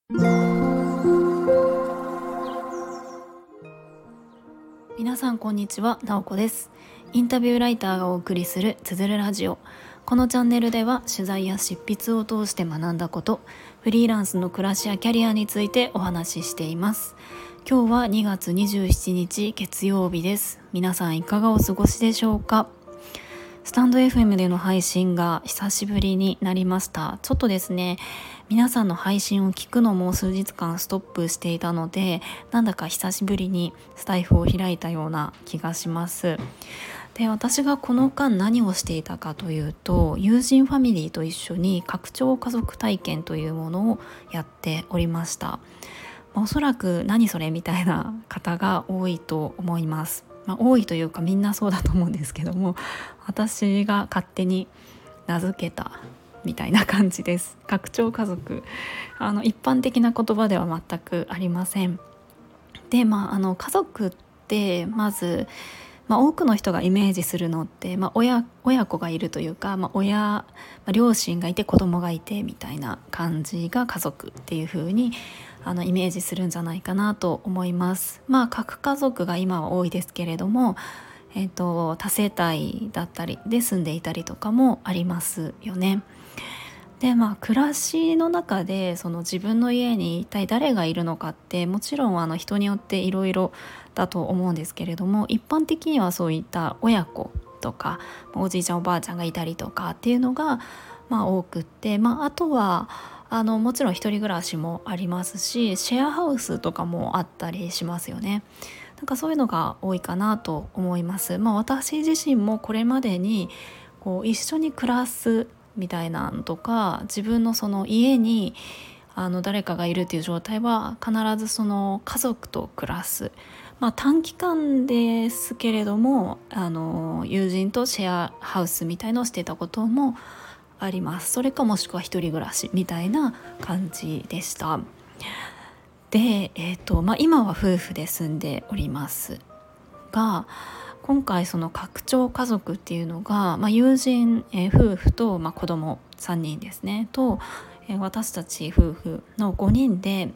皆さんこんにちは、なおこです。インタビューライターがお送りするつづるラジオ。このチャンネルでは取材や執筆を通して学んだこと、フリーランスの暮らしやキャリアについてお話ししています。今日は2月27日月曜日です。皆さんいかがお過ごしでしょうか。スタンド FM での配信が久しぶりになりました。ちょっとですね、皆さんの配信を聞くのも数日間ストップしていたので、なんだか久しぶりにスタイフを開いたような気がします。で、私がこの間何をしていたかというと、友人ファミリーと一緒に拡張家族体験というものをやっておりました。おそらく何それみたいな方が多いと思います。多いというかみんなそうだと思うんですけども、私が勝手に名付けたみたいな感じです。拡張家族、一般的な言葉では全くありません。で、家族ってまず、多くの人がイメージするのって、親子がいるというか、両親がいて子供がいてみたいな感じが家族っていう風にイメージするんじゃないかなと思います。核家族が今は多いですけれども、多世帯だったりで住んでいたりとかもありますよね。で、暮らしの中でその自分の家に一体誰がいるのかって、もちろん人によっていろいろだと思うんですけれども、一般的にはそういった親子とかおじいちゃんおばあちゃんがいたりとかっていうのが多くって、あとはもちろん一人暮らしもありますし、シェアハウスとかもあったりしますよね。なんかそういうのが多いかなと思います。私自身もこれまでに一緒に暮らすみたいなのとか、自分のその家に誰かがいるっていう状態は必ずその家族と暮らす、短期間ですけれども友人とシェアハウスみたいのをしてたこともあります。それかもしくは一人暮らしみたいな感じでした。で、今は夫婦で住んでおりますが、今回その拡張家族っていうのが、友人、夫婦と、子供3人ですねと、私たち夫婦の5人で、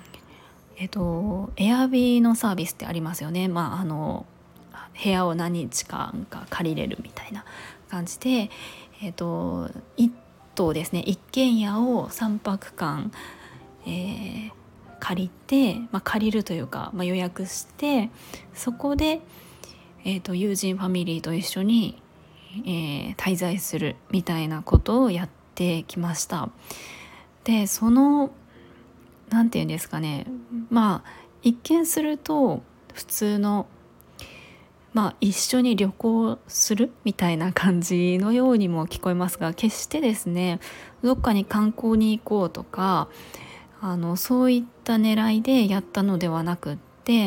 エアビーのサービスってありますよね。部屋を何日間か借りれるみたいな感じで、一棟ですね、一軒家を3泊間、借りて、借りるというか、予約して、そこで、友人ファミリーと一緒に、滞在するみたいなことをやってきました。で、そのなんていうんですかね、一見すると普通の一緒に旅行するみたいな感じのようにも聞こえますが、決してですね、どっかに観光に行こうとかそういった狙いでやったのではなくって、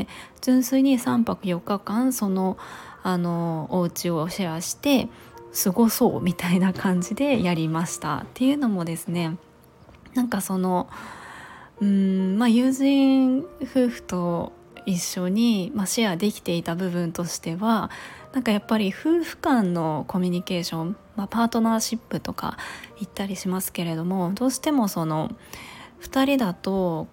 純粋に3泊4日間そのお家をシェアして過ごそうみたいな感じでやりました。っていうのもですね、なんかその友人夫婦と一緒に、シェアできていた部分としては、なんかやっぱり夫婦間のコミュニケーション、パートナーシップとか言ったりしますけれども、どうしてもその2人だと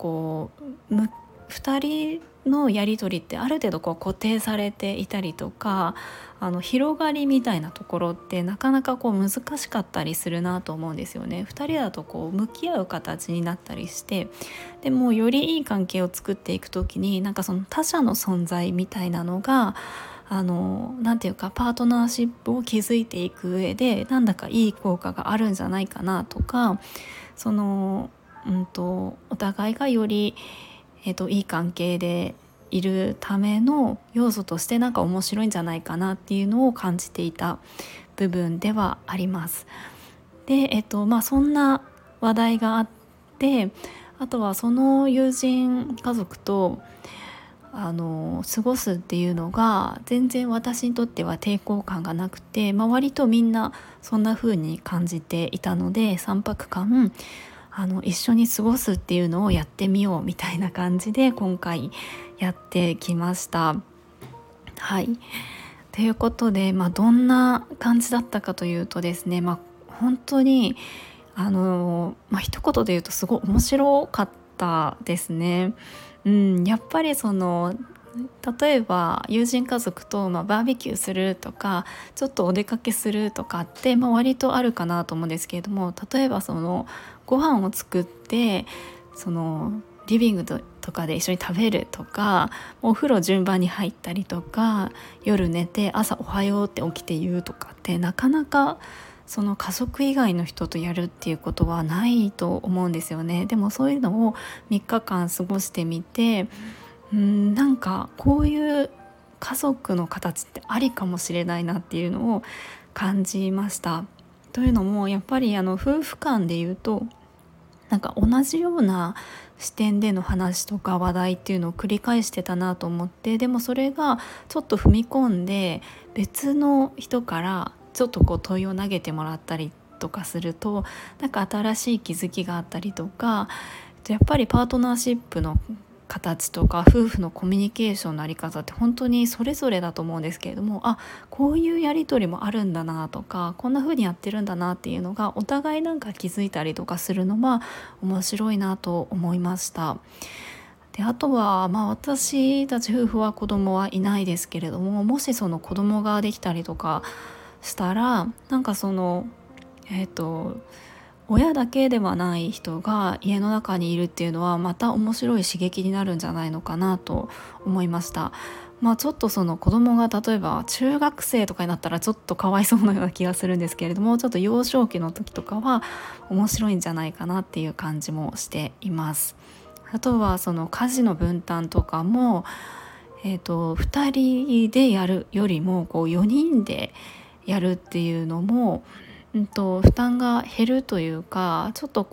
2人のやり取りってある程度固定されていたりとか、広がりみたいなところってなかなか難しかったりするなと思うんですよね。2人だと向き合う形になったりして、でもよりいい関係を作っていくときに、なんかその他者の存在みたいなのがなんていうか、パートナーシップを築いていく上でなんだかいい効果があるんじゃないかなとか、そのお互いがより、いい関係でいるための要素としてなんか面白いんじゃないかなっていうのを感じていた部分ではあります。で、そんな話題があって、あとはその友人家族と過ごすっていうのが全然私にとっては抵抗感がなくて、割とみんなそんな風に感じていたので、3泊間一緒に過ごすっていうのをやってみようみたいな感じで今回やってきました。はい。ということで、どんな感じだったかというとですね、本当に一言で言うとすごい面白かっったですね。やっぱり例えば友人家族と、バーベキューするとかちょっとお出かけするとかって、割とあるかなと思うんですけれども、例えばご飯を作ってリビングとかで一緒に食べるとか、お風呂順番に入ったりとか、夜寝て朝おはようって起きて言うとかってなかなか家族以外の人とやるっていうことはないと思うんですよね。でもそういうのを3日間過ごしてみて、なんかこういう家族の形ってありかもしれないなっていうのを感じました。というのもやっぱり夫婦間で言うと、なんか同じような視点での話とか話題っていうのを繰り返してたなと思って、でもそれがちょっと踏み込んで別の人からちょっと問いを投げてもらったりとかすると、なんか新しい気づきがあったりとか、やっぱりパートナーシップの形とか夫婦のコミュニケーションのあり方って本当にそれぞれだと思うんですけれども、こういうやり取りもあるんだなとか、こんな風にやってるんだなっていうのがお互いなんか気づいたりとかするのは面白いなと思いました。であとは、私たち夫婦は子供はいないですけれども、もし子供ができたりとかしたら、なんか親だけではない人が家の中にいるっていうのはまた面白い刺激になるんじゃないのかなと思いました。ちょっと子供が例えば中学生とかになったらちょっとかわいそうなような気がするんですけれども、ちょっと幼少期の時とかは面白いんじゃないかなっていう感じもしています。あとは家事の分担とかも、2人でやるよりも4人でやるっていうのも、負担が減るというか、ちょっと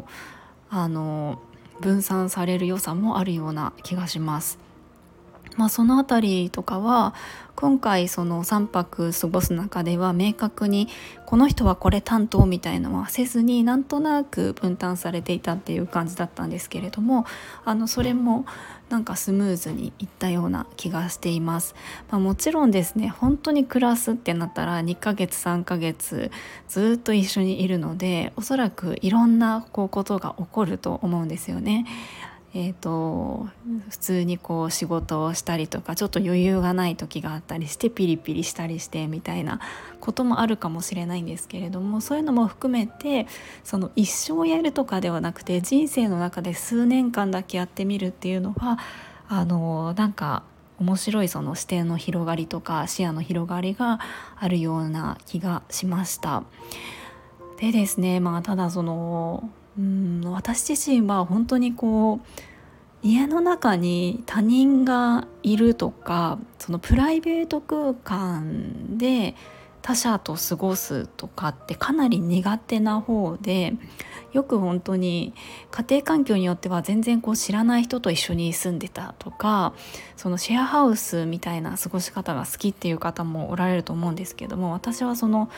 分散される良さもあるような気がします。そのあたりとかは今回3泊過ごす中では明確にこの人はこれ担当みたいなのはせずに、なんとなく分担されていたっていう感じだったんですけれども、それもなんかスムーズにいったような気がしています。もちろんですね、本当に暮らすってなったら2ヶ月3ヶ月ずっと一緒にいるので、おそらくいろんなことが起こると思うんですよね。普通に仕事をしたりとか、ちょっと余裕がない時があったりしてピリピリしたりしてみたいなこともあるかもしれないんですけれども、そういうのも含めて一生やるとかではなくて、人生の中で数年間だけやってみるっていうのはなんか面白い視点の広がりとか視野の広がりがあるような気がしました。でですね、ただ私自身は本当に家の中に他人がいるとか、プライベート空間で他者と過ごすとかってかなり苦手な方で、よく本当に家庭環境によっては全然知らない人と一緒に住んでたとか、シェアハウスみたいな過ごし方が好きっていう方もおられると思うんですけども、私は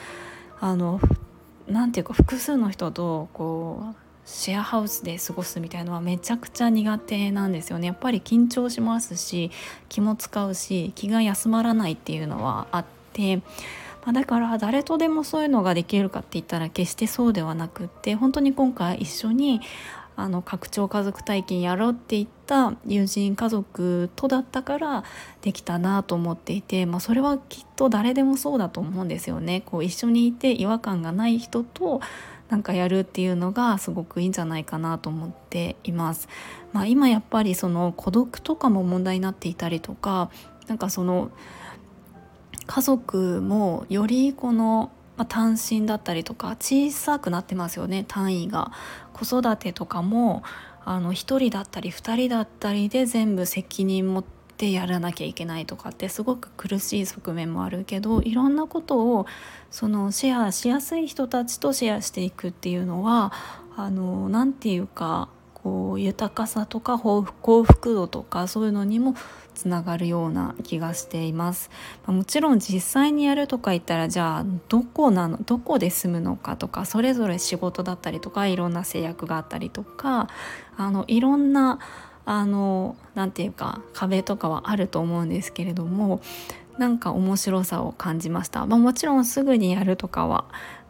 なんていうか複数の人とシェアハウスで過ごすみたいのはめちゃくちゃ苦手なんですよね。やっぱり緊張しますし、気も使うし、気が休まらないっていうのはあって、だから誰とでもそういうのができるかって言ったら決してそうではなくって、本当に今回一緒に拡張家族体験やろうって言った友人家族とだったからできたなと思っていて、それはきっと誰でもそうだと思うんですよね。一緒にいて違和感がない人となんかやるっていうのがすごくいいんじゃないかなと思っています。今やっぱり孤独とかも問題になっていたりとか、なんか家族もより単身だったりとか小さくなってますよね、単位が。子育てとかも1人だったり2人だったりで全部責任持ってやらなきゃいけないとかってすごく苦しい側面もあるけど、いろんなことをシェアしやすい人たちとシェアしていくっていうのはなんていうか豊かさとか幸福度とかそういうのにもつながるような気がしています。もちろん実際にやるとか言ったら、じゃあどこで住むのかとか、それぞれ仕事だったりとかいろんな制約があったりとか、いろんななんていうか壁とかはあると思うんですけれども、なんか面白さを感じました。もちろんすぐにやるとかは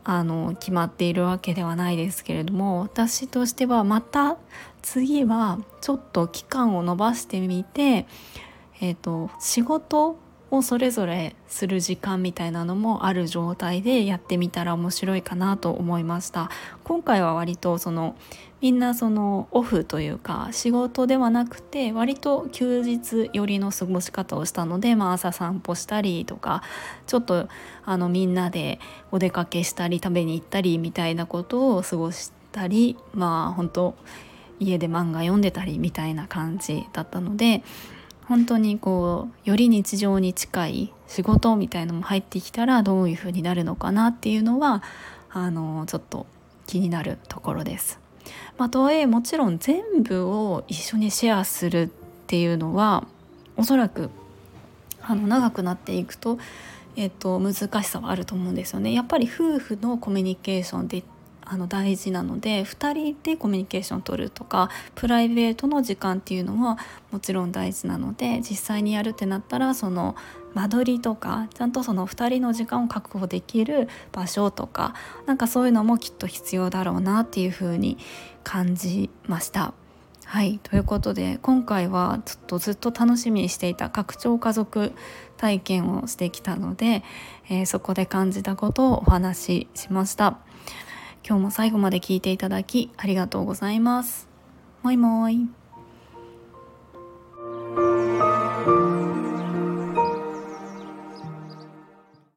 決まっているわけではないですけれども、私としてはまた次はちょっと期間を延ばしてみて、仕事をそれぞれする時間みたいなのもある状態でやってみたら面白いかなと思いました。今回は割とみんなオフというか仕事ではなくて割と休日寄りの過ごし方をしたので、朝散歩したりとか、ちょっとみんなでお出かけしたり食べに行ったりみたいなことを過ごしたり、本当家で漫画読んでたりみたいな感じだったので、本当により日常に近い仕事みたいのも入ってきたらどういう風になるのかなっていうのはちょっと気になるところです。とはいえもちろん全部を一緒にシェアするっていうのはおそらく長くなっていくと、難しさはあると思うんですよね。やっぱり夫婦のコミュニケーションって大事なので、2人でコミュニケーションを取るとかプライベートの時間っていうのはもちろん大事なので、実際にやるってなったら間取りとかちゃんと2人の時間を確保できる場所とかそういうのもきっと必要だろうなっていうふうに感じました。はい、ということで今回はちょっとずっと楽しみにしていた拡張家族体験をしてきたので、そこで感じたことをお話ししました。今日も最後まで聞いていただきありがとうございます。もいもい。